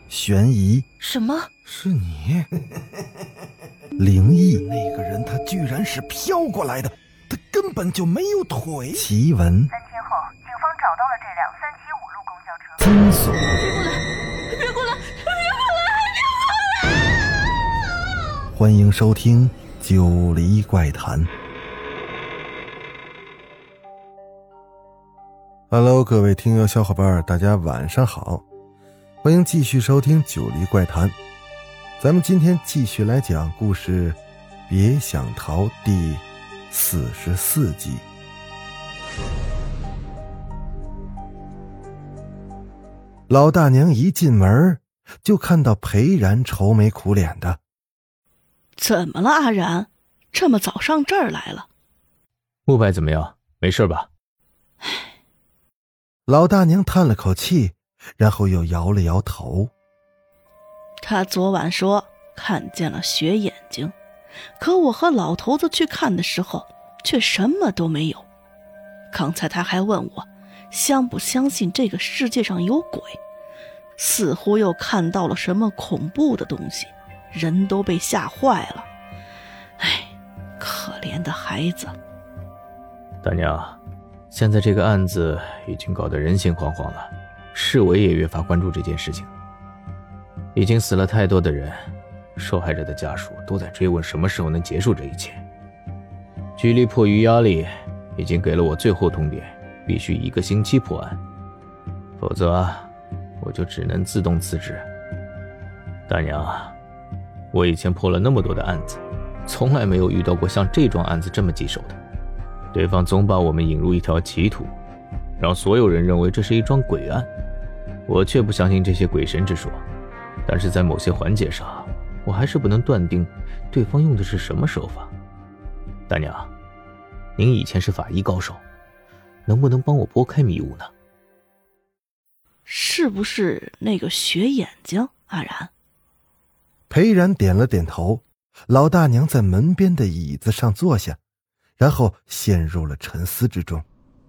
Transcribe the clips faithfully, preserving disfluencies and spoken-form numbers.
悬疑， 什么？ 是你？ 灵异， 那个人他居然是飘过来的，他根本就没有腿。 奇闻， 三天后，警方找到了这辆三七五路公交车。 惊悚， 别过来！别过来！别过来！别过来！ 欢迎收听《九黎怪谈》。Hello， 各位听友小伙伴，大家晚上好，欢迎继续收听《九黎怪谈》。咱们今天继续来讲故事，别想逃第四十四集。老大娘一进门就看到裴然愁眉苦脸的。 怎么了，阿然？这么早上这儿来了？ 木柏怎么样？没事吧？ 老大娘叹了口气，然后又摇了摇头。 他昨晚说看见了血眼睛，可我和老头子去看的时候却什么都没有。刚才他还问我相不相信这个世界上有鬼，似乎又看到了什么恐怖的东西，人都被吓坏了。唉，可怜的孩子。 大娘，现在这个案子已经搞得人心惶惶了，市委也越发关注这件事情。已经死了太多的人，受害者的家属都在追问什么时候能结束这一切。局里迫于压力，已经给了我最后通牒，必须一个星期破案，否则啊，我就只能自动辞职。大娘啊，我以前破了那么多的案子，从来没有遇到过像这桩案子这么棘手的。对方总把我们引入一条歧途，让所有人认为这是一桩鬼案。我却不相信这些鬼神之说，但是在某些环节上，我还是不能断定对方用的是什么手法。大娘，您以前是法医高手，能不能帮我拨开迷雾呢？ 是不是那个血眼睛，阿然？ 裴然点了点头。老大娘在门边的椅子上坐下，然后陷入了沉思之中。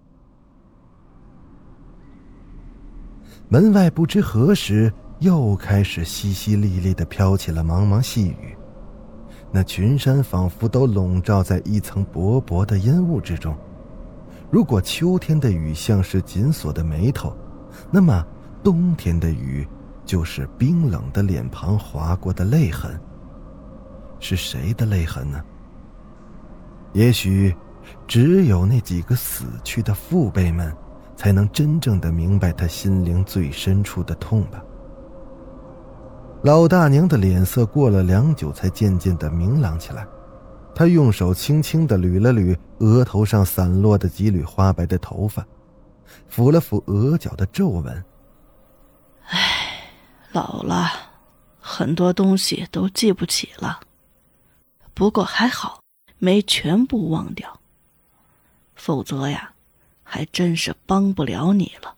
门外不知何时又开始淅淅沥沥地飘起了茫茫细雨，那群山仿佛都笼罩在一层薄薄的烟雾之中。如果秋天的雨像是紧锁的眉头，那么冬天的雨就是冰冷的脸庞划过的泪痕。是谁的泪痕呢？也许只有那几个死去的父辈们才能真正的明白他心灵最深处的痛吧。老大娘的脸色过了良久才渐渐的明朗起来，她用手轻轻地捋了捋额头上散落的几缕花白的头发，抚了抚额角的皱纹。 唉，老了，很多东西都记不起了，不过还好没全部忘掉，否则呀还真是帮不了你了。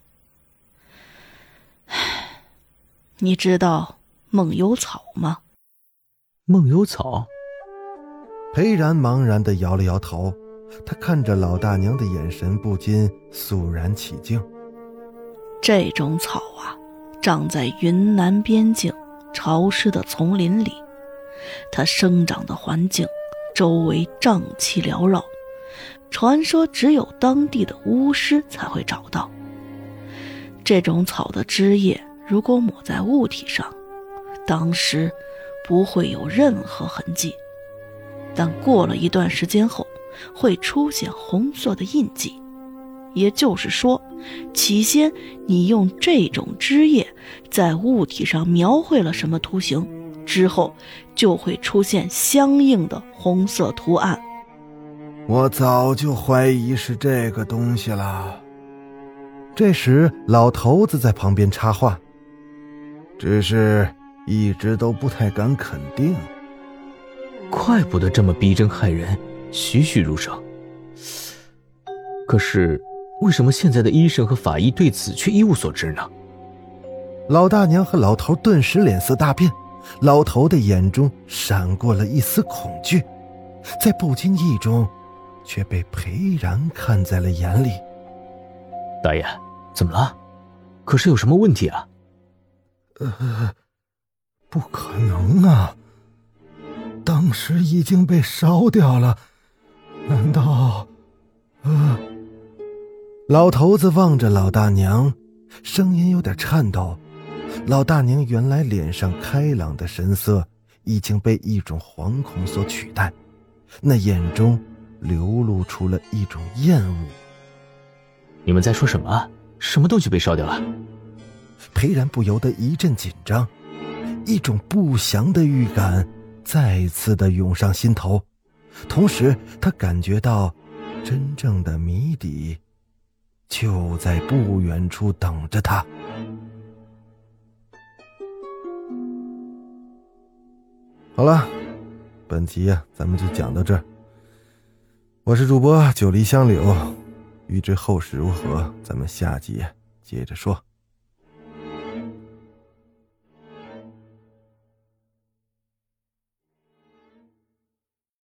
你知道梦游草吗？ 梦游草？ 裴然茫然地摇了摇头，他看着老大娘的眼神不禁肃然起敬。 这种草啊，长在云南边境潮湿的丛林里，它生长的环境周围瘴气缭绕，传说只有当地的巫师才会找到。这种草的枝叶如果抹在物体上，当时不会有任何痕迹，但过了一段时间后会出现红色的印记。也就是说，起先你用这种枝叶在物体上描绘了什么图形，之后就会出现相应的红色图案。 我早就怀疑是这个东西了。 这时老头子在旁边插话， 只是一直都不太敢肯定。 怪不得这么逼真骇人，栩栩如生。可是为什么现在的医生和法医对此却一无所知呢？ 老大娘和老头顿时脸色大变，老头的眼中闪过了一丝恐惧，在不经意中却被裴然看在了眼里。 大爷，怎么了？可是有什么问题啊？ 呃， 不可能啊！当时已经被烧掉了，难道……呃…… 老头子望着老大娘，声音有点颤抖。老大娘原来脸上开朗的神色已经被一种惶恐所取代，那眼中流露出了一种厌恶。 你们在说什么？什么东西被烧掉了？ 裴然不由得一阵紧张，一种不祥的预感再次的涌上心头，同时他感觉到真正的谜底就在不远处等着他。好了，本集啊，咱们就讲到这儿。我是主播九黎香柳，欲知后事如何，咱们下集接着说。